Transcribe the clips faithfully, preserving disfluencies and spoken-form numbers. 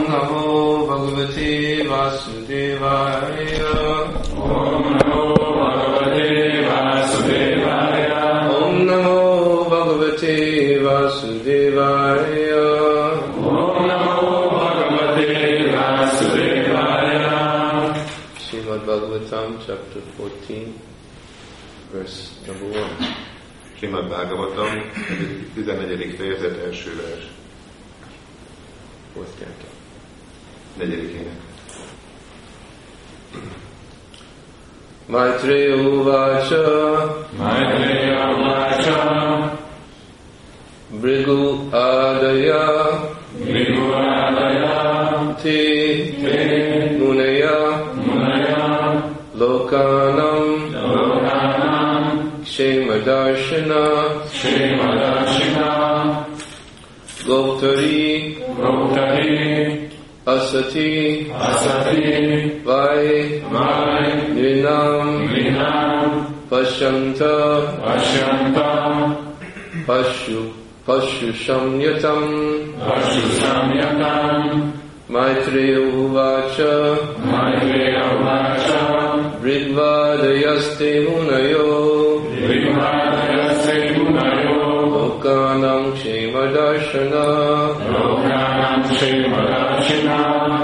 Namo Bhagavate Vasudevaya. Om Namo Bhagavate Vasudevaya. Om Namo Bhagavate Vasudevaya. Om Namo Bhagavate Vasudevaya. Srimad Bhagavatam, chapter fourteen, verse number one. Srimad Bhagavatam, tizennegyedik fejezet, első vers. Fourth canto. Negyedikének. Maitreya Uvacha. Maitreya Uvacha. Bhrigu Adaya. Bhrigu Adaya. Te. Te. Munaya. Munaya. Lokanam. Lokanam. Kshema Darshana. Kshema Darshana. Goptari. Goptari. Asati. Asati. Vai. Vai. Nrinam. Nrinam. Pashyanta. Pashyanta. Pashu. Pashu Shamyatam. Pashu Samyatam. Maitreya Uvacha. Maitreya Uvacha. Brigvadayaste Munayo. Brigvadayaste Munayo. Lokanam Kshema Darshana. Lokanam Kshema Darshana.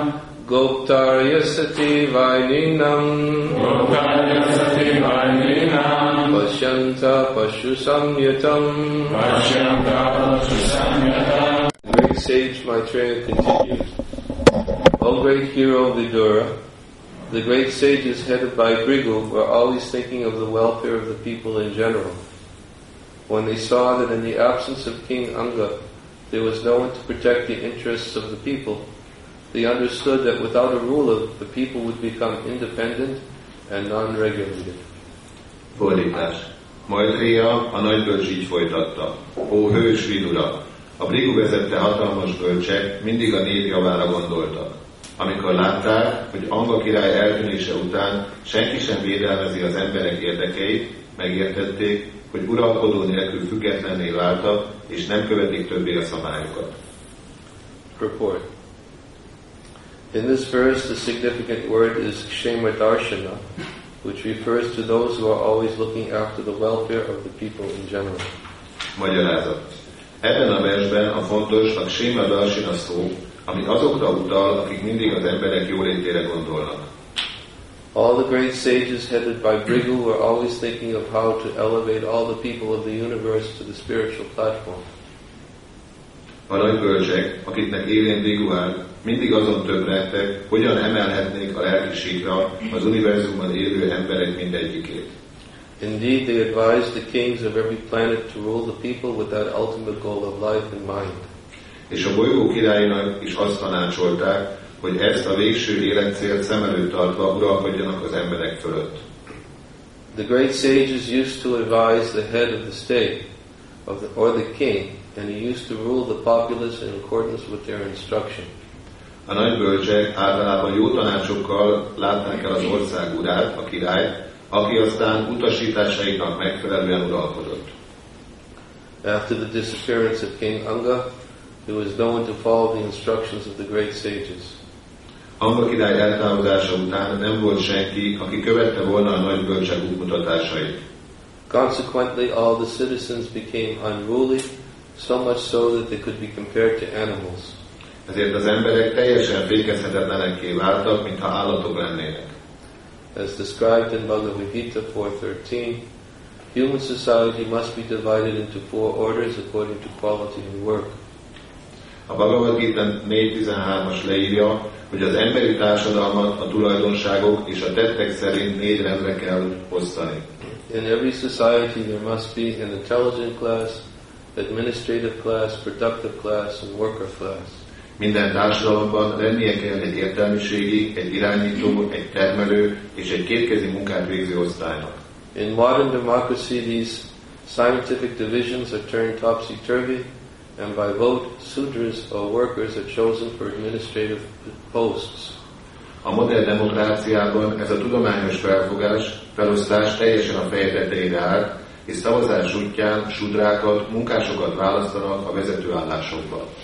Goptaryasati Vaininam. Goptaryasati Vaininam. Pashyanta Pashu Samyatam. Pashyanta Pashu Samyatam. The great sage Maitreya continued. O great hero Vidura, the great sages headed by Bhrigu were always thinking of the welfare of the people in general. When they saw that in the absence of King Anga there was no one to protect the interests of the people, they understood that without a ruler the people would become independent and non-regulated. Fordítás. Maitreya a nagybölcs így folytatta. Ó hős Vidura! A Bhrigu vezette hatalmas bölcsek mindig a nép javára gondoltak. Amikor látták, hogy Anga király eltűnése után senki sem védelmezi az emberek érdekeit, megértették, hogy uralkodó nélkül függetlenné váltak, és nem követik többé a szabályokat. Purport. In this verse the significant word is Kshema Darshana, which refers to those who are always looking after the welfare of the people in general. Magyarázat. Ebben a versben a fontos a Kshema Darshana szó, ami azokra utal, akik mindig az emberek jólétére gondolnak. All the great sages headed by Bhrigu were always thinking of how to elevate all the people of the universe to the spiritual platform. A nagy bölcsek, akiknek élén Bhrigu áll, mindig azon töbredtek, hogyan emelhetnék a lelki síkra az univerzumban élő emberek mindegyikét. Indeed, they advised the kings of every planet to rule the people with that ultimate goal of life in mind. És a bolygó királynak is azt tanácsolták, hogy ezt a végső életcélt szem előtt tartva uralkodjanak az emberek fölött. The great sages used to advise the head of the state of the, or the king, and he used to rule the populace in accordance with their instruction. A nagy bölcsek általában jó tanácsokkal látták el az ország urát, a királyt, aki aztán utasításainak megfelelően uralkodott. After the disappearance of King Anga, there was no one to follow the instructions of the great sages. Anga király eltávozása után nem volt senki, aki követte volna a nagy bölcsek útmutatásait. Consequently, all the citizens became unruly, so much so that they could be compared to animals. Ezért az emberek teljesen fékezhetetlenekké váltak, mintha állatok lennének. As described in Bhagavad Gita four thirteen, human society must be divided into four orders according to quality and work. A Bhagavad Gita négy tizenhármas leírja, hogy az emberi társadalmat a tulajdonságok és a tettek szerint négy rendre kell osztani. In every society there must be an intelligent class, administrative class, productive class, and worker class. Minden társadalomban lennie kell egy értelmiségi, egy irányító, egy termelő és egy kétkezi munkát végző osztálynak. In modern democracy, these scientific divisions are turned topsy-turvy, and by vote, Sudras or workers are chosen for administrative posts. A modern demokráciában ez a tudományos felfogás, felosztás teljesen a fej tetejére áll, és szavazás útján sudrákat, munkásokat választanak a vezetőállásokban.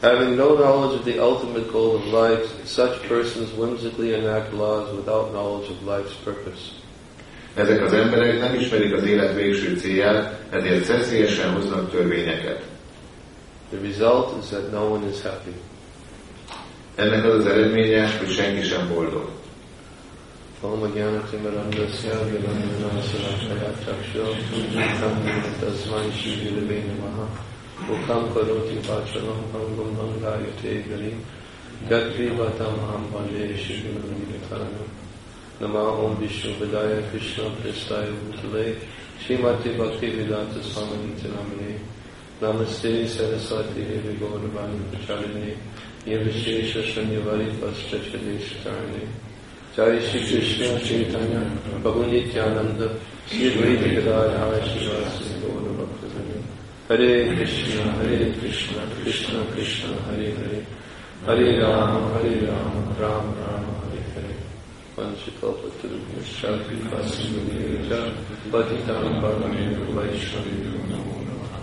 Having no knowledge of the ultimate goal of life, such persons whimsically enact laws without knowledge of life's purpose. Ezek az emberek nem ismerik az élet végső célját, ezért szeszélyesen hoznak törvényeket. The result is that no one is happy. Ennek az az eredménye, hogy senki sem boldog. Om Jnana Timirandasya Vinamyanasya Chayachaksha Pujitam Tasmai Shri Gurave Namaha Ukam Karoti Vachanam Pangam Angayate Garim Gatvi Vatamaham Vande Shri Gurave Nama Om Vishnu Vidaya Krishna Prestaya Bhutale Srimati Bhakti Vedanta Swami Namane Namaste Saraswati Devi Gauravani Pracharine Yavishesha Shanyavari Pascha Chadeshatarane Jai Shri Krishna Chaitanya Prabhu Nityananda Shri Advaita Gadadhara Srivasadi Gaura Bhaktavrinda Hare Krishna Hare Krishna Krishna Krishna Hare Hare Hare Rama Hare Rama Rama Rama Hare Hare Vanchikalpatarubhyascha Kripasinubhyacha Patitam Pavanam Vaishnavim Namo Namaha.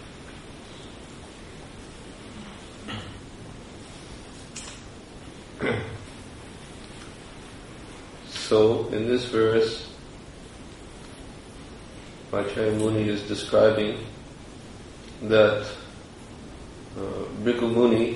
So, in this verse, Acharya Muni is describing that uh, Bhrigu Muni,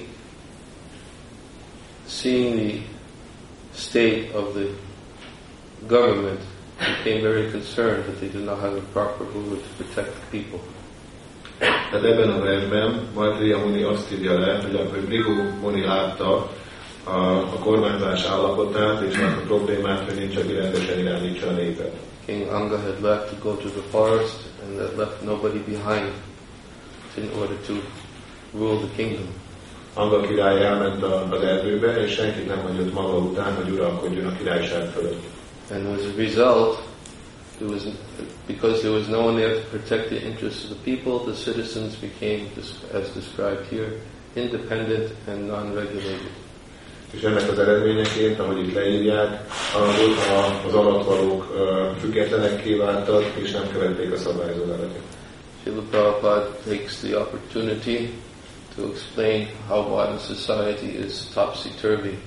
seeing the state of the government, became very concerned that they did not have a proper ruler to protect the people. Tehát ebben a versben Maitreya Muni azt írja le, hogy amikor Bhrigu Muni látta a, a kormányzás állapotát, és a problémát, hogy nincs, aki rendesen irányítsa a népet. King Anga had left to go to the forest and had left nobody behind in order to rule the kingdom. Anga király elment az erdőbe, és senkit nem hagyott maga után, hogy uralkodjon a királyság fölött. And as a result, there was, because there was no one there to protect the interests of the people, the citizens became, as described here, independent and non-regulated. És ennek az eredményeként, ahogy itt leírják, az alattvalók függetlenekké váltak, és nem követték a szabályozatokat. Srila Prabhupada takes the opportunity to explain how modern society is topsy-turvy.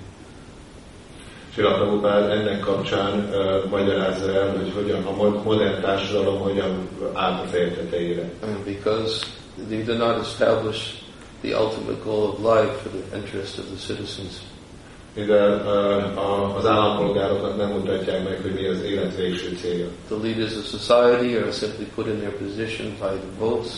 Srila Prabhupada ennek kapcsán uh, magyarázza el, hogy hogyan a modern társadalom hogyan állt a feje tetejére. Because they do not establish the ultimate goal of life for the interest of the citizens. Mivel uh, az állampolgároknak nem mutatják meg, hogy mi az élet végső célja. The leaders of society are simply put in their position by the votes.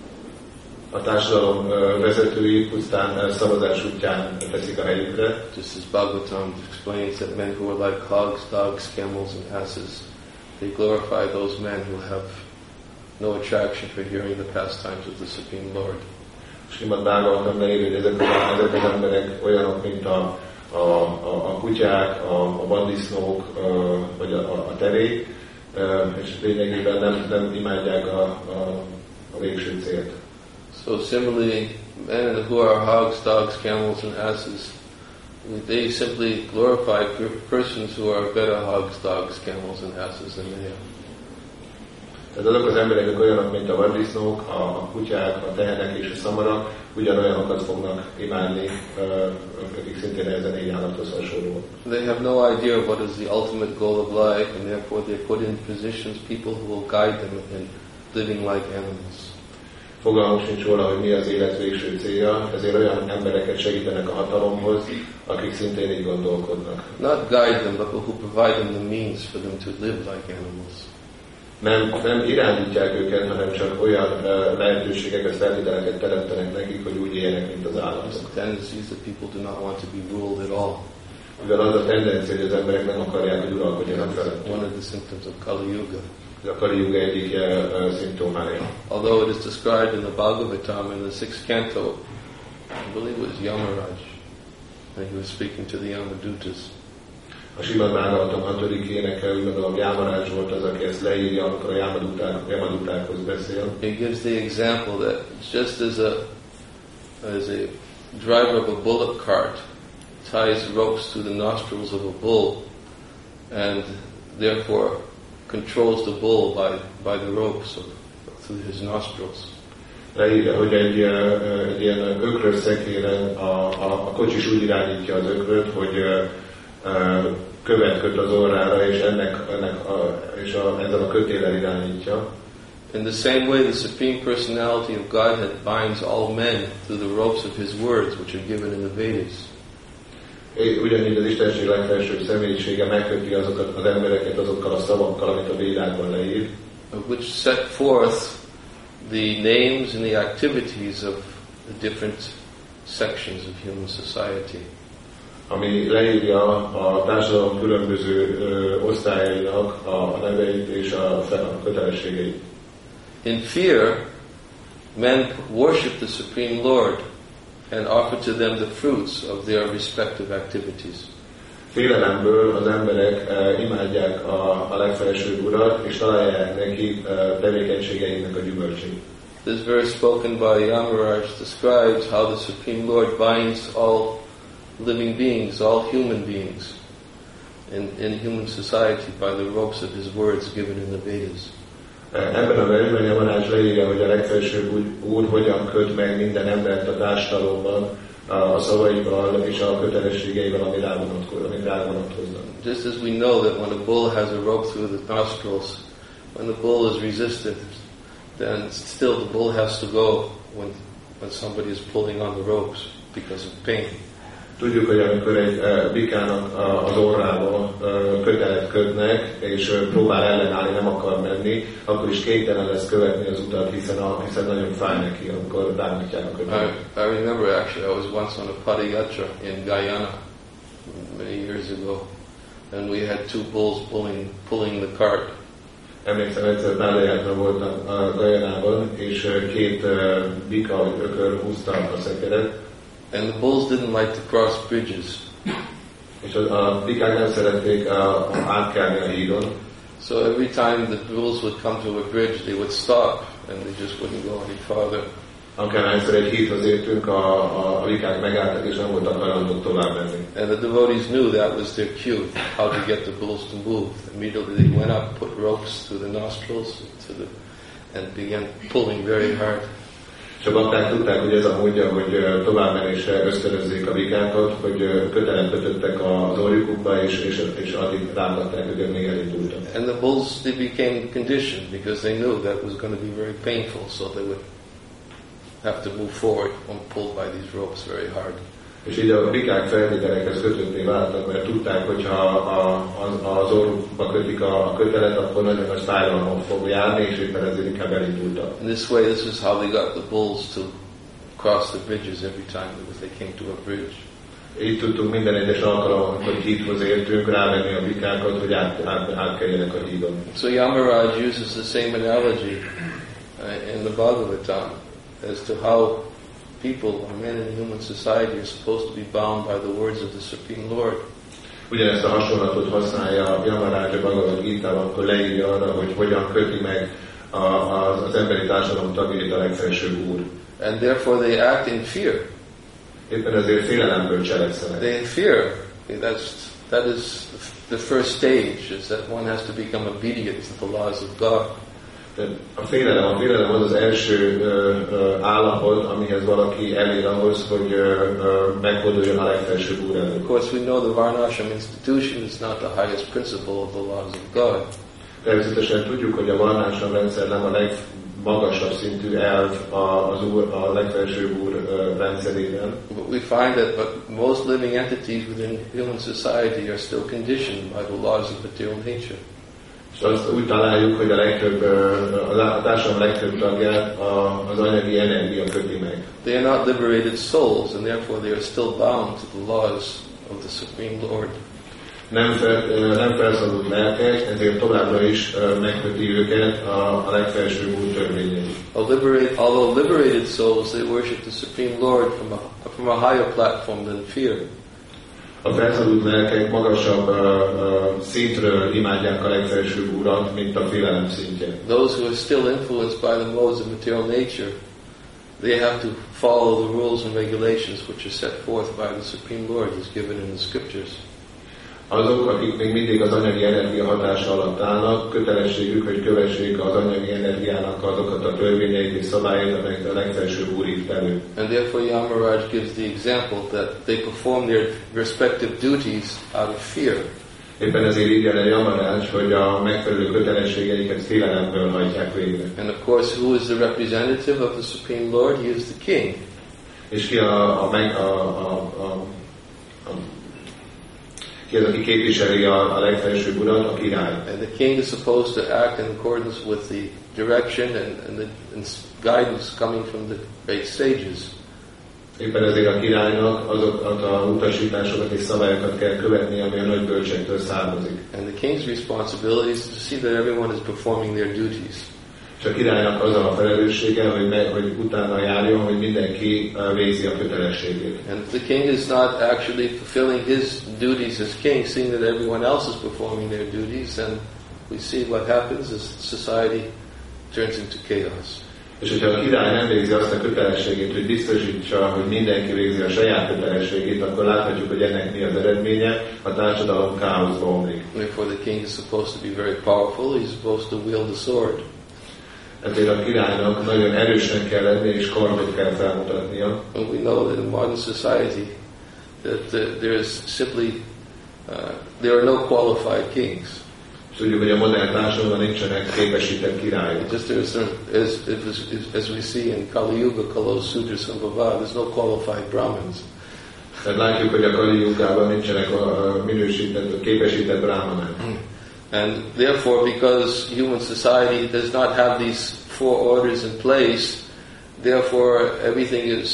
A társadalom uh, vezetői pusztán uh, szavazás útján teszik a helyükre. Just as Bhagavatam explains that men who are like hogs, dogs, camels and asses, they glorify those men who have no attraction for hearing the pastimes of the Supreme Lord. Srimad Bhagavatam leírja, hogy ezek, ezek az emberek olyanok, mint a A, a, a kutyák, a, a vaddisznók, a, vagy a, a terék, és lényegében nem, nem imádják a, a, a végső célt. So similarly, men who are hogs, dogs, camels and asses, they simply glorify persons who are better hogs, dogs, camels and asses than they are. Tehát azok az emberek olyanok, mint a vaddisznók, a, a kutyák, a tehenek és a szamarak, ugyanolyanokat fognak imádni, akik szintén ezen négy állathoz hasonlóak. They have no idea of what is the ultimate goal of life, and therefore they put in positions people who will guide them in living like animals. Fogalmuk sincs róla, hogy mi az élet végső célja, ezért olyan embereket segítenek a hatalomhoz, akik szintén így gondolkodnak. Not guide them, but who provide them the means for them to live like animals. Nem, nem irányítják őket, hanem csak olyan uh, lehetőségeket, feltételeket teremtenek nekik, hogy úgy éljenek, mint az állatok. The tendency is that people do not want to be ruled at all. Mivel az a tendencia, hogy az emberek nem akarják, hogy uralkodjanak felett. One of the symptoms of Kali Yuga. Ez a Kali Yuga egyik uh, szimptomája. Although it is described in the Bhagavatam in the sixth canto, I believe it was Yamaraj, when he was speaking to the Yamadutas. A Srimad Bhagavatam hatodik éneke, úgy gondolom, Yamaraj volt az, aki ezt leírja, amikor a Yamadutákhoz beszél. He gives the example that just as a as a driver of a bullock cart ties ropes to the nostrils of a bull and therefore controls the bull by, by the ropes of, through his nostrils. leírja, hogy egy, egy ilyen ökrös szekéren a, a, a kocsis úgy irányítja az ökröt, hogy követ köt az orrára, és ennek, ennek a, és a, ezzel a kötéllel irányítja. In the same way, the Supreme Personality of Godhead binds all men through the ropes of His words, which are given in the Vedas. Ugyanígy az Istenség legfelsőbb személyisége megköti azokat az embereket azokkal a szavakkal, amit a Védákban leír. Which set forth the names and the activities of the different sections of human society. Ami leírja a társadalom különböző ö, osztályainak a neveit és a, a kötelességeit. In fear, men worship the Supreme Lord and offer to them the fruits of their respective activities. Félelemből az emberek uh, imádják a, a legfelsőbb Urat, és találják neki uh, tevékenységeinek a gyümölcsét. This verse spoken by Yamaraj describes how the Supreme Lord binds all living beings, all human beings in, in human society by the ropes of His words given in the Vedas. Ebben a versben Yamaraj leírja, hogy a legfelsőbb Úr hogyan köt meg minden embert a társadalomban a szavaival és a kötelességeivel, amit rávonatkoznak. Just as we know that when a bull has a rope through the nostrils, when the bull is resistant, then still the bull has to go when, when somebody is pulling on the ropes because of pain. Tudjuk, hogy amikor egy bikának az orrába kötelet kötnek, és próbál ellenállni, nem akar menni, akkor is kénytelen lesz követni az utat, hiszen, a, hiszen nagyon fáj neki, amikor rámítják a kötelet. I, I remember actually I was once on a Padayatra in Guyana many years ago, and we had two bulls pulling pulling the cart. Emlékszem, egyszer Padayatra voltam a Guyanában, és két bika vagy ökör húzta a szekeret. And the bulls didn't like to cross bridges. És a bikák nem szerették átkelni a hídon. So every time the bulls would come to a bridge, they would stop and they just wouldn't go any farther. Akárhányszor egy hídhoz értünk, a, a, a bikák megálltak és nem voltak hajlandók tovább menni. And the devotees knew that was their cue, how to get the bulls to move. Immediately they went up, put ropes through the nostrils to the, and began pulling very hard. És a bakták tudták, hogy ez a módja, hogy tovább menésre ösztönözzék a bikákat, hogy kötelet kötöttek az orjukukba, és, és, és addig rámtatták, hogy ők még elindultak. And the bulls, they became conditioned because they knew that was going to be very painful, so they would have to move forward when pulled by these ropes very hard. És így a bikák feltételekhez kötötté váltak, mert tudták, hogy ha a, az, az orrukba kötik a kötelet, akkor nagyon nagy fájdalmon fog járni, és éppen ezért inkább elindultak. In this way, this is how they got the bulls to cross the bridges every time because they came to a bridge. Így tudtunk minden egyes alkalommal, amikor hídhoz értünk, rávenni a bikákat, hogy át, át, átkeljenek a hídon. So Yamaraj uses the same analogy uh, in the Bhagavatam as to how people, or men in human society, are supposed to be bound by the words of the Supreme Lord. Ugyanezt a hasonlatot használja Yamaraj a Bhagavad Gita-ban, akkor leírja arra, hogy hogyan köti meg a, az, az emberi társadalom tagjait a legfelsőbb Úr. And therefore they act in fear. Éppen ezért félelemből cselekszenek. They fear. That's, that is the first stage, is that one has to become obedient to the laws of God. A félelem, a félelem az az első uh, uh, állapot, amihez valaki elér ahhoz, hogy uh, uh, megforduljon a legfelsőbb Úr előtt. Of course, we know the Varnashram institution is not the highest principle of the laws of God. Természetesen tudjuk, hogy a Varnashram rendszer nem a legmagasabb szintű elv az úr, a legfelsőbb Úr uh, rendszerében. But we find that but most living entities within human society are still conditioned by the laws of material nature. És azt úgy találjuk, hogy a legtöbb, a társadalom legtöbb tagját az anyagi energia köti meg. They are not liberated souls, and therefore they are still bound to the laws of the Supreme Lord. Nem, fel, nem felszabadult lelkek, ezért továbbra is megköti őket a, a legfelsőbb Úr törvényei. Although liberated souls, they worship the Supreme Lord from a, from a higher platform than fear. A felszabadult lelkek magasabb uh, uh, szintről imádják a legfelsőbb Urat, mint a félelem szintje. Those who are still influenced by the modes of material nature, they have to follow the rules and regulations which are set forth by the Supreme Lord as given in the scriptures. Azok, akik még mindig az anyagi energia hatása alatt állnak, kötelességük, hogy kövessék az anyagi energiának azokat a törvényeit és szabályait, amelyeket a legfelsőbb úr írt elő. And therefore Yamaraj gives the example that they perform their respective duties out of fear. Éppen ezért így el Yamaraj, hogy a megfelelő kötelességeiket félelemből hajtják végre. And of course, who is the representative of the Supreme Lord? He is the king. És ki a, a, meg, a, a, a, a ki az, aki képviseli a, a legfelsőbb urat, a király. And the king is supposed to act in accordance with the direction and, and the and guidance coming from the great sages. Éppen ezért a királynak azokat a utasításokat és szabályokat kell követni, ami a nagy bölcsektől származik. And the king's responsibility is to see that everyone is performing their duties. És a királynak az a felelőssége, hogy, me, hogy utána járjon, hogy mindenki végzi a kötelességét. And if the king is not actually fulfilling his duties as king, seeing that everyone else is performing their duties, then we see what happens is society turns into chaos. És hogyha a király nem végzi azt a kötelességét, hogy biztosítsa, hogy mindenki végzi a saját kötelességét, akkor láthatjuk, hogy ennek mi az eredménye, a társadalom káoszba omlik. Therefore the king is supposed to be very powerful, he's supposed to wield the sword. Ezért a királynak nagyon erősnek kell lenni, és kardot kell felmutatnia. And we know that in modern society that uh, there is simply uh, there are no qualified kings. Tudjuk, hogy a modern társadalomban nincsenek képesített királyok. Just as, as, as, as we see in Kali Yuga, Kalo Sudra Sambhava, there's no qualified Brahmins. Tehát látjuk, hogy a Kali Yugában nincsenek a minősített, képesített brahmanák. And therefore, because human society does not have these four orders in place, therefore everything is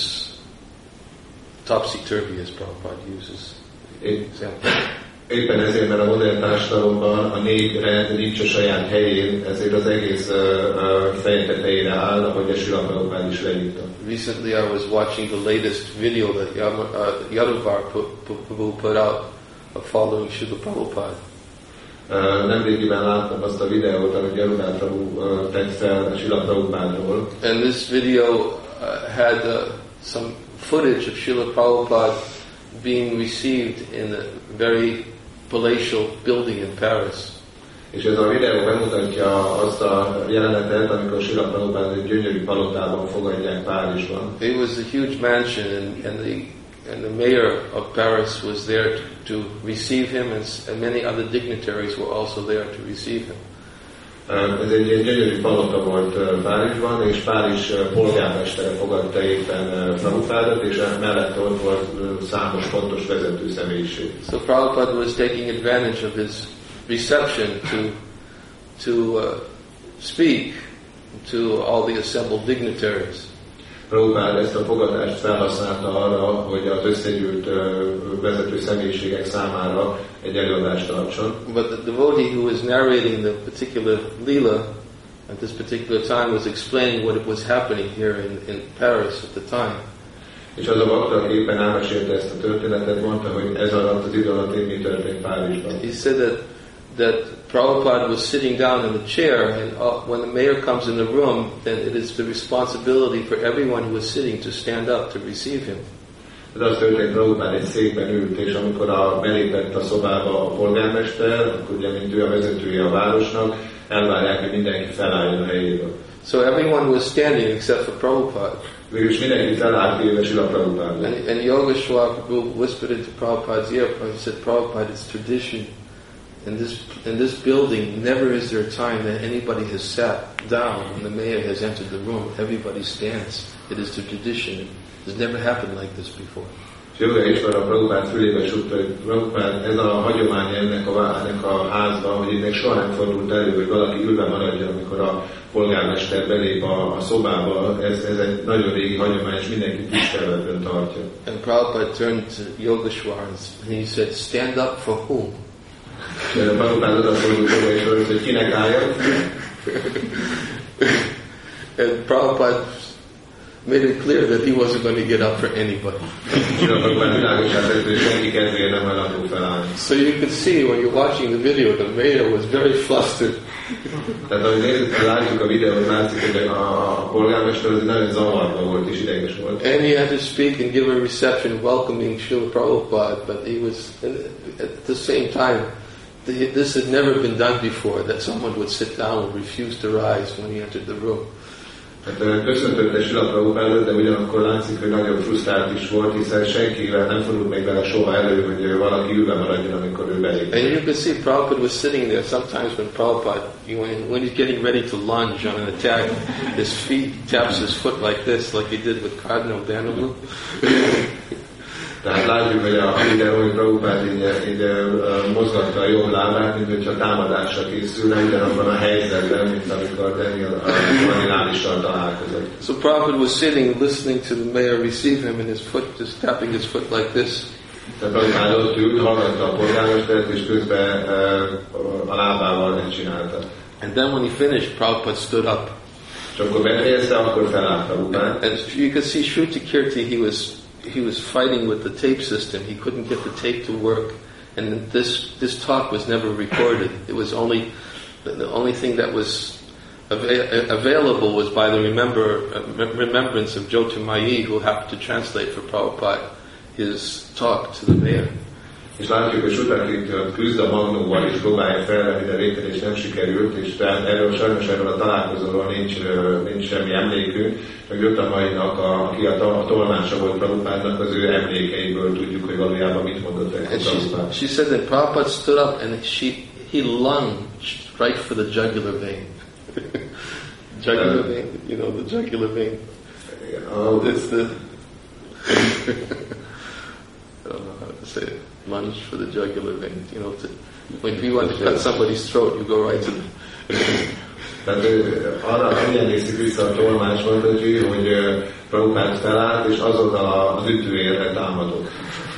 topsy-turvy, as Prabhupada uses the example. Éppen ezért, mert a modern társadalomban a négy rend nincs a saját helyén, ezért az egész uh, uh, feje tetejére áll, ahogy a Srila Prabhupada is leírta. Recently I was watching the latest video that Yam, uh, Yadavar put, put, put out of following Srila Prabhupada. Uh, nemrégiben láttam azt a videót, amit Yadavar Prabhu uh, tett fel a Srila Prabhupádról. And this video uh, had uh, some footage of Srila Prabhupada being received in a very palatial building in Paris. És ez a videó bemutatja azt a jelenetet, amikor Srila Prabhupád egy gyönyörű palotában fogadják Párizsban. It was a huge mansion, and, and the and the mayor of Paris was there to, to receive him, and, and many other dignitaries were also there to receive him. Ez egy ilyen gyönyörű palota volt Párizsban, és Párizs polgármestere fogadta éppen Prabhupádat, és mellett ott volt számos fontos vezető személyiség. So Prabhupada was taking advantage of his reception to to uh, speak to all the assembled dignitaries. Prabhupád ezt a fogadást felhasználta arra, hogy az összegyűlt vezető személyiségek számára egy előadást tartson. But the devotee who was narrating the particular lila at this particular time was explaining what was happening here in, in Paris at the time. És az a bakta, aki éppen elmesélte ezt a történetet, mondta, hogy ez alatt az idő alatt mi történt Párizsban. He said that that Prabhupada was sitting down in the chair, and uh, when the mayor comes in the room, then it is the responsibility for everyone who is sitting to stand up to receive him. Ez az történt, Prabhupád egy székben ült, és amikor a, belépett a szobába a polgármester, akkor ugye, mint ő a vezetője a városnak, elvárják, hogy mindenki felálljon a helyéből. So everyone was standing except for Prabhupada. Végülis mindenki felállt, kivéve Srila Prabhupád. And, and Yogeshwar Prabhu whispered into Prabhupada's ear, he said, Prabhupada, it's tradition. In this, in this building, never is there a time that anybody has sat down when the mayor has entered the room. Everybody stands. It is the tradition. It has never happened like this before. És Yogeshwar a Prabhupád fülébe súgta, hogy Prabhupád, ez a hagyomány ennek a, ennek a házban, hogy itt még soha nem fordult elő, hogy valaki ülve maradjon, amikor a polgármester belép a, a szobába. Ez, ez egy nagyon régi hagyomány, és mindenki tiszteletben tartja. And Prabhupada turned to Yogeshwar and he said, stand up for whom? Prabhupád odafordult Yogeshwarhoz, hogy kinek álljon. And Prabhupada made it clear that he wasn't going to get up for anybody. So you could see when you're watching the video, the mayor was very flustered. And he had to speak and give a reception welcoming Srila Prabhupada, but he was, at the same time, this had never been done before, that someone would sit down and refuse to rise when he entered the room. Köszöntötte Srila Prabhupádot, de ugyanakkor látszik, hogy nagyon frusztrált is volt, hiszen senkivel nem fordult még vele soha elő, hogy valaki ülve maradjon, amikor ő belép. And you can see Prabhupada was sitting there. Sometimes when Prabhupada, when, when he's getting ready to lunge on an attack, his feet taps his foot like this, like he did with Cardinal Danielu. Tehát látjuk, hogy a videó, hogy Prabhupád így, így uh, mozgatta a jobb lábát, mint hogyha támadásra készülne, ugyanabban a helyzetben, mint amikor Daniel a Vanilálissal találkozott. So Prabhupada was sitting, listening to the mayor receive him, and his foot just tapping his foot like this. Tehát Prabhupád ott ült, hallgatta a polgármestert, és közben uh, a lábával nem csinálta. And then when he finished, Prabhupada stood up. És amikor befejezte, akkor felállt Prabhupád. And you can see Shruti Kirti, he was he was fighting with the tape system. He couldn't get the tape to work, and this this talk was never recorded. It was only the only thing that was av- available was by the remember uh, remembrance of Jyotirmayi, who happened to translate for Prabhupada his talk to the mayor. És látjuk, hogy Sutakit küzd a magnóval, és próbálja felvenni, de végül és nem sikerült, és tehát erről sajnos erről a találkozóról nincs, nincs semmi emlékünk, meg Jyotirmayinak, aki a, a tolmácsa volt Prabhupádnak, az ő emlékeiből tudjuk, hogy valójában mit mondott el Prabhupád. She said that Prabhupada stood up and she, he lunged right for the jugular vein. Jugular uh, vein, you know, the jugular vein. Oh. It's the... I don't know how to say it. Lunge for the jugular vein. You know, to, when you want to cut somebody's throat, you go right to the... Tehát arra emlékszik vissza a tolmács mondatja, hogy Prabhupád felállt, és azonnal az ütőérre támadott.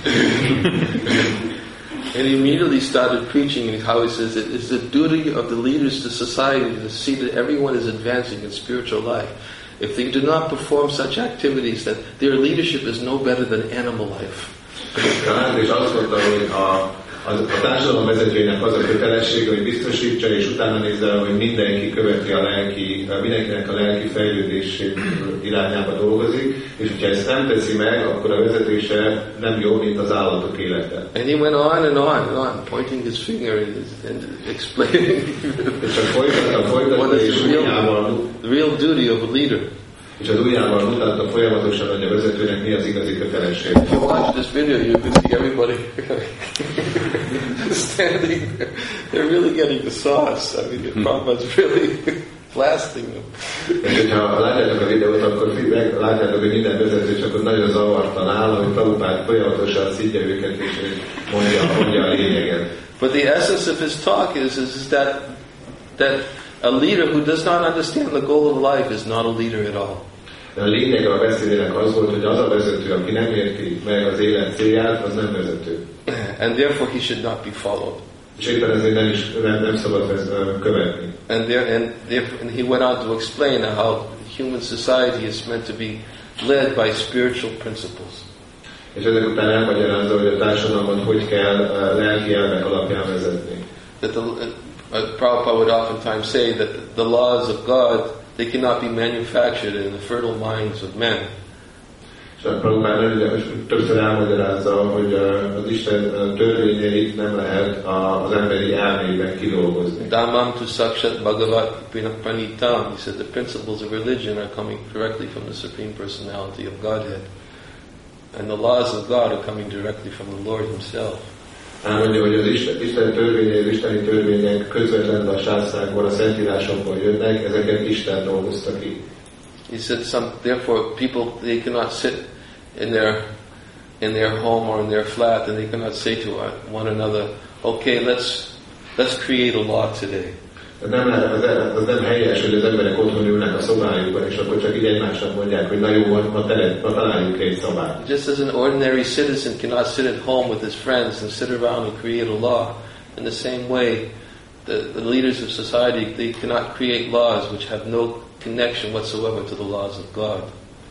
And he immediately started preaching and how he says it is the duty of the leaders to society to see that everyone is advancing in spiritual life. If they do not perform such activities, that their leadership is no better than animal life. És azt mondta, hogy a, a, a társadalom vezetőjének az a kötelessége, hogy biztosítsa, és utána nézzel, hogy mindenki követi a lelki, mindenkinek a lelki fejlődés irányába dolgozik, és hogyha ezt nem teszi meg, akkor a vezetése nem jó, mint az állatok élete. And he went on and on and on, pointing his finger and, and explaining what is the real, the real duty of a leader. És az ujjával mutatta folyamatosan, hogy a vezetőnek mi az igazi kötelesség. If you watch this video, you can see everybody standing there. They're really getting the sauce. I mean, the Prabhupada's really blasting them. És hogyha látjátok a videót, akkor meg látjátok, hogy minden vezető csak ott nagyon zavartan áll, hogy Prabhupád folyamatosan szidja őket, és mondja, mondja a lényeget. But the essence of his talk is, is, is that, that a leader who does not understand the goal of life is not a leader at all. De a lényeg a beszédének az volt, hogy az a vezető, aki nem érti meg az élet célját, az nem vezető. And therefore he should not be followed. És éppen ezért nem is nem, nem szabad követni. And there and therefore and he went on to explain how human society is meant to be led by spiritual principles. És ezek után elmagyarázza, hogy a társadalmat hogy kell lelki elvek alapján vezetni. That the, uh, Prabhupada would oftentimes say that the laws of God, they cannot be manufactured in the fertile minds of men. És a Prabhupád többször elmagyarázza, hogy az Isten törvényeit nem lehet az emberi elmékben kidolgozni. Dhammam tu sakshat bhagavat pranitam. He said the principles of religion are coming directly from the Supreme Personality of Godhead. And the laws of God are coming directly from the Lord Himself. Elmondja, hogy az Isten, Isten törvényei, az isteni törvények közvetlenül a sászrákból, a szentírásokból jönnek, ezeket Isten dolgozta ki. He said, some, therefore, people, they cannot sit in their in their home or in their flat, and they cannot say to one another, "Okay, let's let's create a law today." Nem, az, az nem helyes, hogy az emberek otthon ülnek a szobájukban, és akkor csak így egymásnak mondják, hogy na jó, ma, ma találjuk egy szabályt. Just as an ordinary citizen cannot sit at home with his friends and sit around and create a law, in the same way, the, the leaders of society, they cannot create laws which have no connection whatsoever to the laws of God.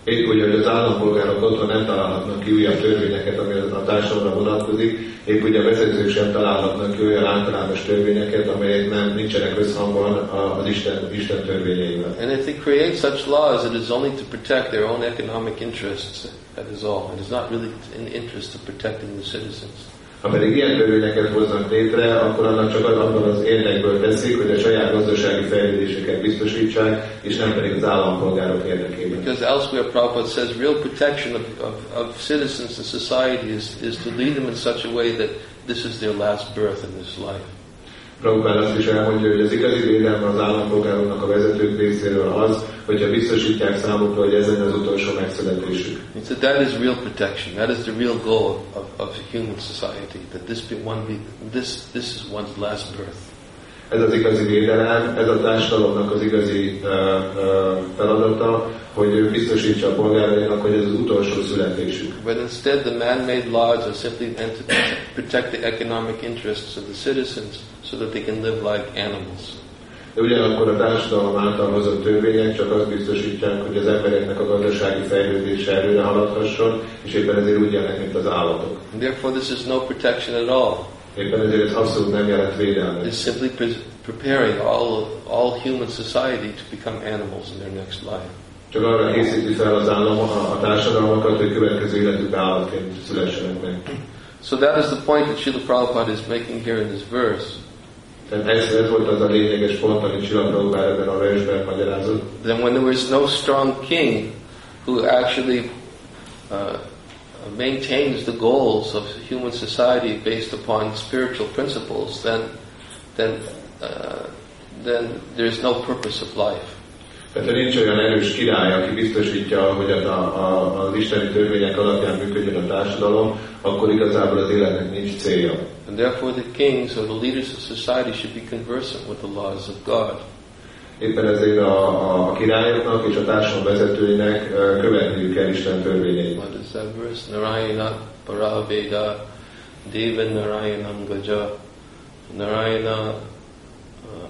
Épp úgy, hogy az állampolgárok otthon nem találhatnak ki újabb törvényeket, ami a társadalomra vonatkozik, épp úgy a vezetők sem találhatnak ki olyan általános törvényeket, amelyek nem nincsenek összhangban az Isten, Isten törvényeivel. And if they create such laws, it is only to protect their own economic interests. That is all. It is not really in the interest of protecting the citizens. Ha pedig ilyen törvényeket hoznak létre, akkor annak csak az abban az érdekből teszik, hogy a saját gazdasági fejlődéseket biztosítsák, és nem pedig az állampolgárok érdekében. Because elsewhere Prabhupada says real protection of, of, of citizens and society is, is to lead them in such a way that this is their last birth in this life. Prabhupád azt is elmondja, hogy az igazi védelme az állampolgároknak a vezetők részéről az, hogyha biztosítják számukra, hogy ezen az utolsó megszületésük. So that is real protection. That is the real goal of, of human society. That this be one be this this is one's last birth. Ez az igazi védelem, ez a társadalomnak az igazi uh, uh, feladata, hogy ő biztosítsa a polgárainak, hogy ez az utolsó születésük. But instead the man-made laws are simply meant to protect the economic interests of the citizens so that they can live like animals. De ugyanakkor a társadalom által hozott törvények csak azt biztosítják, hogy az embereknek a gazdasági fejlődése előre haladhasson, és éppen ezért úgy élnek, mint az állatok. And therefore this is no protection at all. Éppen ezért ez abszolút nem jelent védelmet. It's simply pre- preparing all all human society to become animals in their next life. Csak arra készíti fel az állam, a, a társadalmakat, hogy következő életükben állatként szülessenek meg. So that is the point that Srila Prabhupada is making here in this verse. Tehát ez, ez volt az a lényeges pont, amit Srila Prabhupada ebben a versben magyarázott. Then when there was no strong king who actually uh, maintains the goals of human society based upon spiritual principles, then then uh, then there's no purpose of life. Tehát nincs olyan erős király, aki biztosítja, hogy a, a, az isteni törvények alapján működjön a társadalom, akkor igazából az életnek nincs célja. And therefore the kings or the leaders of society should be conversant with the laws of God. Éppen ezért a, a királyoknak és a társadalom vezetőinek követniük kell Isten törvényeit. What is that verse? Narayana Paraveda Deva Narayanam Gaja Narayana uh,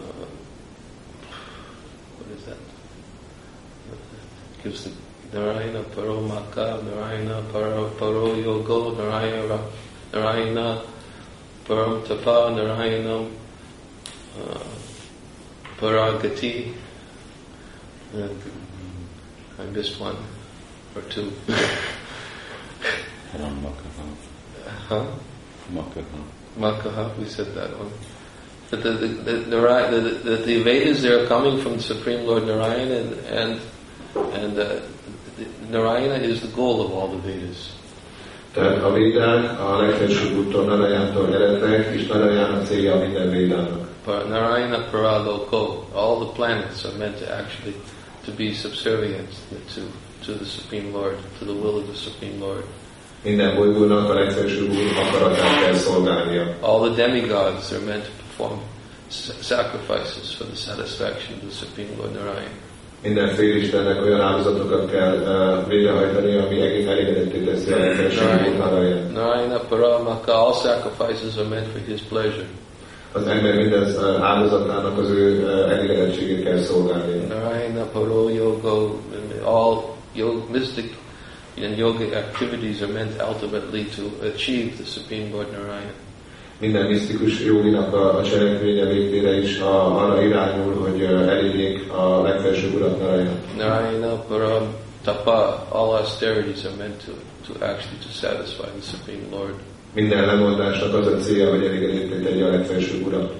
what is that? Gives the Narayana Paromaka, Narayana Paro, Paro Yogo, Narayana Narayana Param Tapa, Narayana uh, Paragati. Uh, I missed one or two. Huh? Makaha. Makaha, we said that one. That the, the, the, the, the, the Vedas, they are coming from the Supreme Lord Narayana, and and, and uh, Narayana is the goal of all the Vedas. Tehát a védák a legfelsőbb úttól Narayántól erednek, és Narayana célja minden védának. Narayana Paraloko, all the planets are meant to actually to be subservient to to the Supreme Lord, to the will of the Supreme Lord. Minden bolygónak a legfelsőbb úr akaratát kell szolgálnia. All the demigods are meant to perform sacrifices for the satisfaction of the Supreme Lord Narayana. Minden félistennek olyan áldozatokat kell uh, végrehajtani, ami elégedetté teszi a legfelsőbb úr Narayana. Narayana Paramaka, all sacrifices are meant for his pleasure. Az ember minden áldozatának az ő uh, elégedettségét kell szolgálnia. Narayana Paro Yoga, all yoga, mystic and yoga activities are meant ultimately to achieve the Supreme Lord Narayana. Minden misztikus joginak a, a cselekvénye végtére is a, arra irányul, hogy uh, elérjék a legfelsőbb urat Narayana. Narayana Param Tapa, all austerities are meant to, to actually to satisfy the Supreme Lord. Minden lemondásnak az a célja, hogy elégedetté tegye a legfelsőbb urat.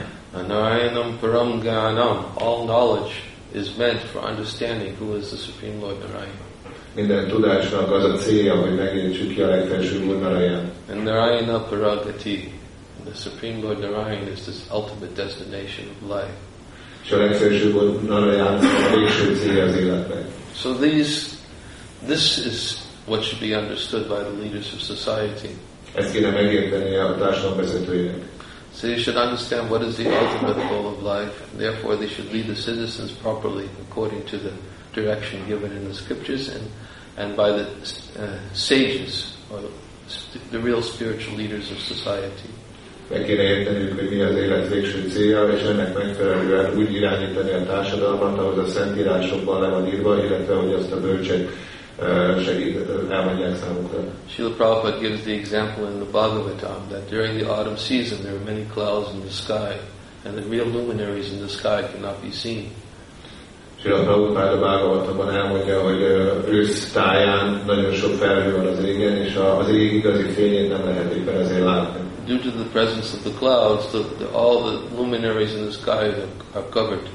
Narayanam Param Ganam, all knowledge is meant for understanding who is the Supreme Lord Narayana. Minden tudásnak az a célja, hogy megértsük ki a legfelsőbb úr Narayana. And Narayana Paragati, the Supreme Lord Narayana is this ultimate destination of life. És a legfelsőbb úr Narayana a végső célja az életnek. So these, this is what should be understood by the leaders of society. Ezt kéne megérteni a társadalom vezetőinek. So you should understand what is the ultimate goal of life, and therefore they should lead the citizens properly according to the direction given in the scriptures and, and by the uh, sages, or the real spiritual leaders of society. Meg kéne érteniük, hogy mi az élet végső célja, és ennek megfelelően úgy irányítani a társadalmat, ahogy a Szentírásokban le van írva, illetve hogy azt a bölcsek segít, elmondják számukra. Srila Prabhupada gives the example in the Bhagavatam that during the autumn season there are many clouds in the sky and the real luminaries in the sky cannot be seen. Srila Prabhupada a Bhagavatamban elmondja, hogy ősz táján nagyon sok felhő van az égen, és az ég igazi fényét nem lehet éppen ezért látni. Due to the presence of the clouds, the, the, all the luminaries in the sky are, are covered.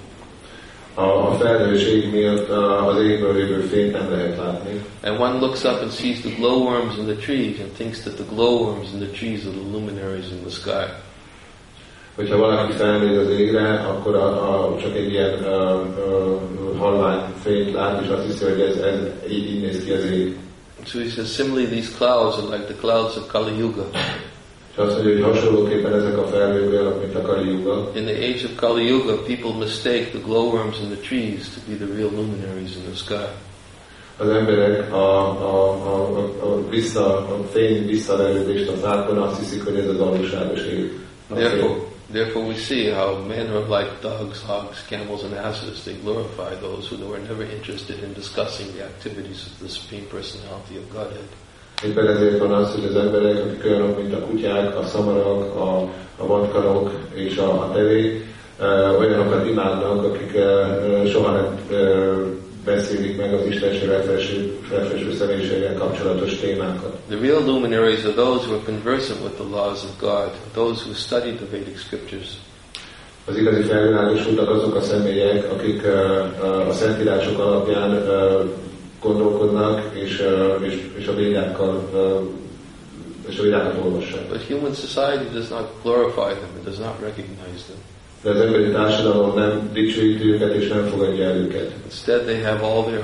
A felhőség miatt az égből lévő fényt nem lehet látni. And one looks up and sees the glowworms in the trees and thinks that the glowworms in the trees are the luminaries in the sky. Hogyha valaki felnéz az égre, akkor a, a, csak egy ilyen uh, uh, halvány fényt lát, és azt hiszi, hogy ez, ez így, így néz ki az ég. So he says, similarly these clouds are like the clouds of Kali Yuga. És azt mondja, hogy hasonlóképpen ezek a felhők olyanok, mint a Kali Yuga. In the age of Kali Yuga, people mistake the glowworms in the trees to be the real luminaries in the sky. Az emberek a, a, a, a, a, vissza, a fény visszaverődést a fákon azt hiszik, hogy ez az alulságos ég. Therefore, therefore we see how men are like dogs, hogs, camels and asses. They glorify those who were never interested in discussing the activities of the Supreme Personality of Godhead. Éppen ezért van az, hogy az emberek, akik olyanok, mint a kutyák, a szamarak, a, a vadkarok és a, a tevék, uh, olyanokat imádnak, akik uh, soha nem uh, beszélik meg az Istenség felfelső személyiséggel kapcsolatos témákat. The real luminaries are those who are conversant with the laws of God, those who study the Vedic scriptures. Az igazi felvilágosultak azok a személyek, akik uh, a szentírások alapján uh, gondolkodnak, és, uh, és, és a védákkal uh, és a védákat olvassák. But human society does not glorify them, it does not recognize them. De az emberi társadalom nem dicsőíti őket, és nem fogadja el őket. Instead they have all their,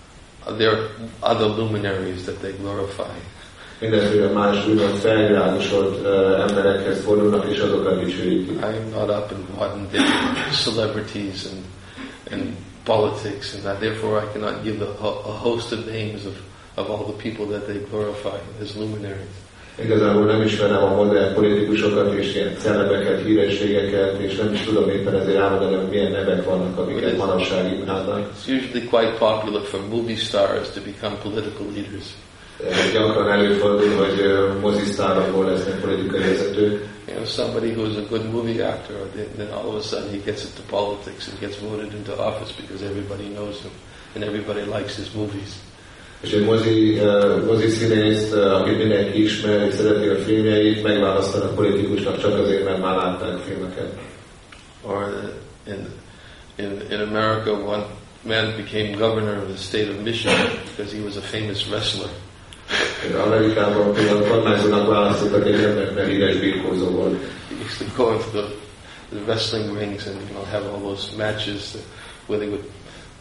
their other luminaries that they glorify. Mindenféle más úgymond felvilágosult uh, emberekhez fordulnak, és azokat dicsőítik. I am not up in modern day celebrities and, and politics, and that therefore I cannot give a, a host of names of, of all the people that they glorify as luminaries. Igazából nem ismerem a modern politikusokat és ilyen celebeket, hírességeket, és nem is tudom éppen ezért elmondani, hogy milyen nevek vannak, amiket manapság imádnak. It's usually quite popular for movie stars to become political leaders. Gyakran előfordul, hogy mozisztárokból lesznek politikai vezetők. You know, somebody who's a good movie actor, then, then all of a sudden he gets into politics and gets voted into office because everybody knows him and everybody likes his movies. És egy mozi, uh, mozi színészt, uh, akit mindenki ismer, és szereti a filmjeit, megválasztanak politikusnak csak azért, mert már látták filmeket. Or uh, in, in, in America, one man became governor of the state of Michigan because he was a famous wrestler. Amerikában például kormányzónak választottak egy embert, mert híres birkózó volt. He used to go into the, the wrestling rings and you know have all those matches where they would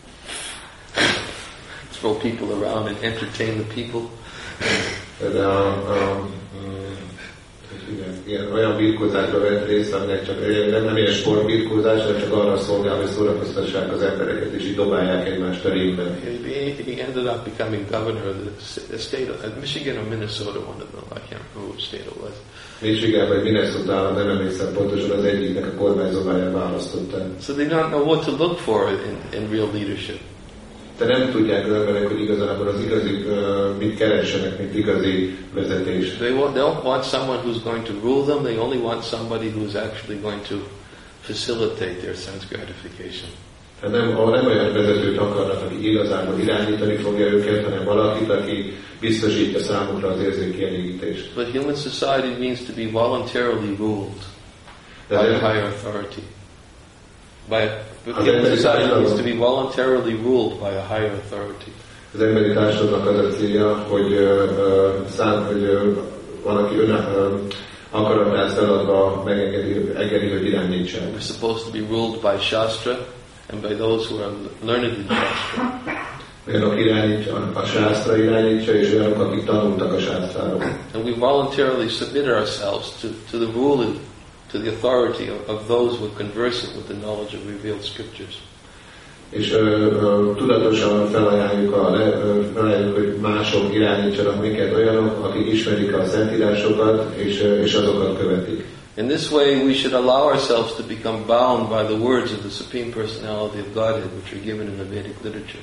throw people around and entertain the people. De a, a, igen, igen, olyan birkózásba vett részt, aminek csak nem, nem ilyen sportbirkózás, de csak arra szolgál, hogy szórakoztassák az embereket, és így dobálják egymást a ringben. He ended up becoming governor of the state of Michigan or Minnesota, one of them. I can't remember which state it was. Michigan vagy Minnesota, nem emlékszem pontosan, az egyiknek a kormányzóváján választották. So they don't know what to look for in, in real leadership. De nem tudják az emberek, hogy igazából az igazi, uh, mit keressenek, mint igazi vezetés. They want, they don't want someone who's going to rule them, they only want somebody who's actually going to facilitate their sense gratification. Tehát nem, nem olyan vezetőt akarnak, aki igazából irányítani fogja őket, hanem valakit, aki biztosítja számukra az érzéki elégítést. But human society means to be voluntarily ruled by a higher authority. By human society needs to be voluntarily ruled by a higher authority. Az emberi társadalomnak az a célja, hogy uh, szám, hogy uh, valaki ön uh, akaratát feladva megengedi, engedi, hogy irányítsa. We're supposed to be ruled by Shastra and by those who are learned in Shastra. Olyanok irányítja, a Shastra irányítja, és olyanok, akik tanultak a Shastráról. And we voluntarily submit ourselves to, to the rule, to the authority of, of those who are conversant with the knowledge of revealed scriptures. És ö, ö, tudatosan felajánljuk, a, ö, felajánljuk, hogy mások irányítsanak minket, olyanok, akik ismerik a szentírásokat, és, ö, és azokat követik. In this way, we should allow ourselves to become bound by the words of the Supreme Personality of Godhead, which are given in the Vedic literatures.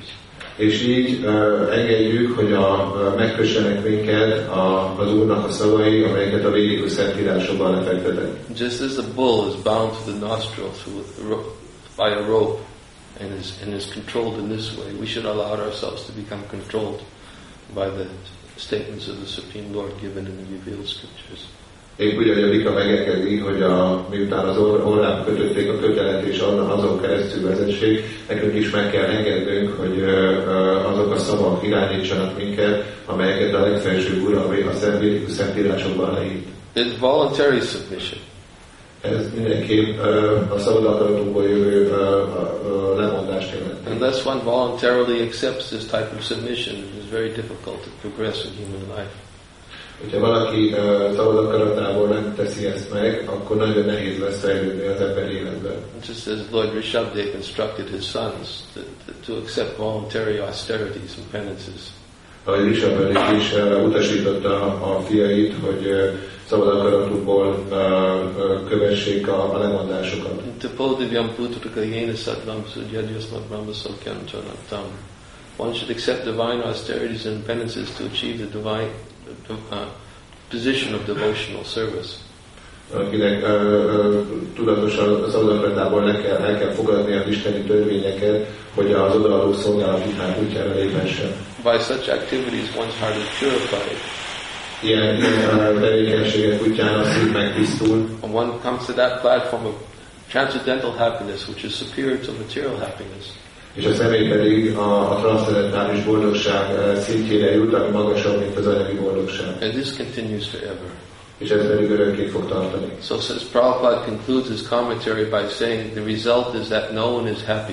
És így uh, engedjük, hogy a, uh, megkössenek minket a, az Úrnak a szavai, amelyeket a védikus szentírásokban lefektetett. Just as the bull is bound to the nostril through a ro- by a rope and is, and is controlled in this way, we should allow ourselves to become controlled by the statements of the Supreme Lord given in the revealed scriptures. Épp úgy, hogy a Bika megengedi, hogy a, miután az or, orrán kötötték a kötelet, és azon keresztül vezessék, nekünk is meg kell engednünk, hogy ö, ö, azok a szavak irányítsanak minket, amelyeket a legfelsőbb Ura a Szent Szentírásokban leírt. It's voluntary submission. Ez mindenképp ö, a szabad akaratunkból jövő ö, ö, lemondást jelent. Unless one voluntarily accepts this type of submission, it is very difficult to progress in human life. Hogyha valaki uh, szabad akaratából nem teszi ezt meg, akkor nagyon nehéz lesz fejlődni az ember életben. Just as Lord Rishabdev instructed his sons to, to, to accept voluntary austerities and penances. Ahogy Rishabdev is uh, utasította a fiait, hogy uh, szabad akaratukból uh, uh, kövessék a, a lemondásokat. Tapodivyam putrika yena satvam sudyadyasmat brahma sokyam chanantam. One should accept divine austerities and penances to achieve the divine uh, position of devotional service. Akinek uh, uh, tudatosan az adatotából le kell, el kell fogadni az isteni törvényeket, hogy az odaadó szolgálat után útjára léphessen. By such activities one's heart is purified. Ilyen, ilyen uh, tevékenységek útján a szív megtisztul. And one comes to that platform of transcendental happiness, which is superior to material happiness. És a személy pedig a, a transzcendentális boldogság uh, szintjére jut, ami magasabb, mint az anyagi boldogság. And this continues forever. És ez pedig örökké fog tartani. So says Prabhupada concludes his commentary by saying the result is that no one is happy.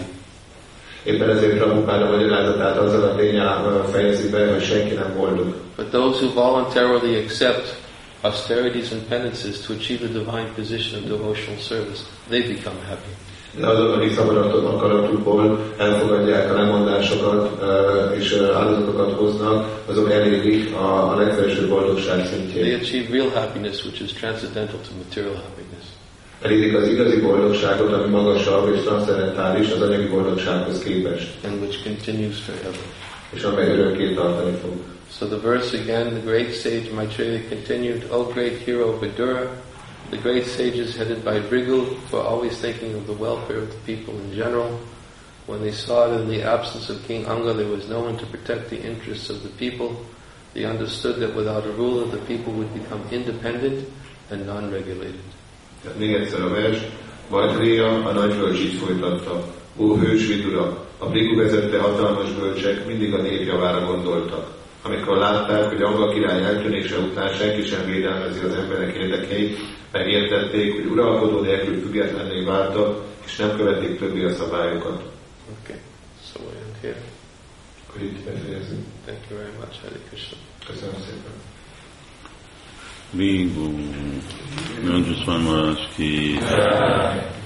Éppen ezért Prabhupád a magyarázatát azzal a tényel fejezi be, hogy senki nem boldog. But those who voluntarily accept austerities and penances to achieve the divine position of devotional service, they become happy. De azok, akik szabad akaratukból elfogadják a lemondásokat és áldozatokat hoznak, azok elérik a, a legfelsőbb boldogság szintjét. They achieve real happiness, which is transcendental to material happiness. Elérik az igazi boldogságot, ami magasabb és transzcendentális az anyagi boldogsághoz képest. And which continues forever. És amely örökké tartani fog. So the verse again, the great sage Maitreya continued, O great hero Vidura, the great sages headed by Brigu were always thinking of the welfare of the people in general. When they saw that in the absence of King Anga there was no one to protect the interests of the people, they understood that without a ruler the people would become independent and non-regulated. Tehát még egyszer a vers. Maitreya a nagy bölcs így folytatta. Ó hős Vidura, a Brigu vezette hatalmas bölcsek mindig a nép javára gondoltak. Amikor látták, hogy Anga király eltűnése után senki sem védelmezi az emberek érdekeit, megértették, hogy uralkodó nélkül függetlenné váltak, és nem követik többé a szabályokat. Okay, so we end here. Akkor itt befejezzük. Thank you very much, Hare Krishna. Köszönöm szépen. Vigo, Nandra Swami Maharaj ki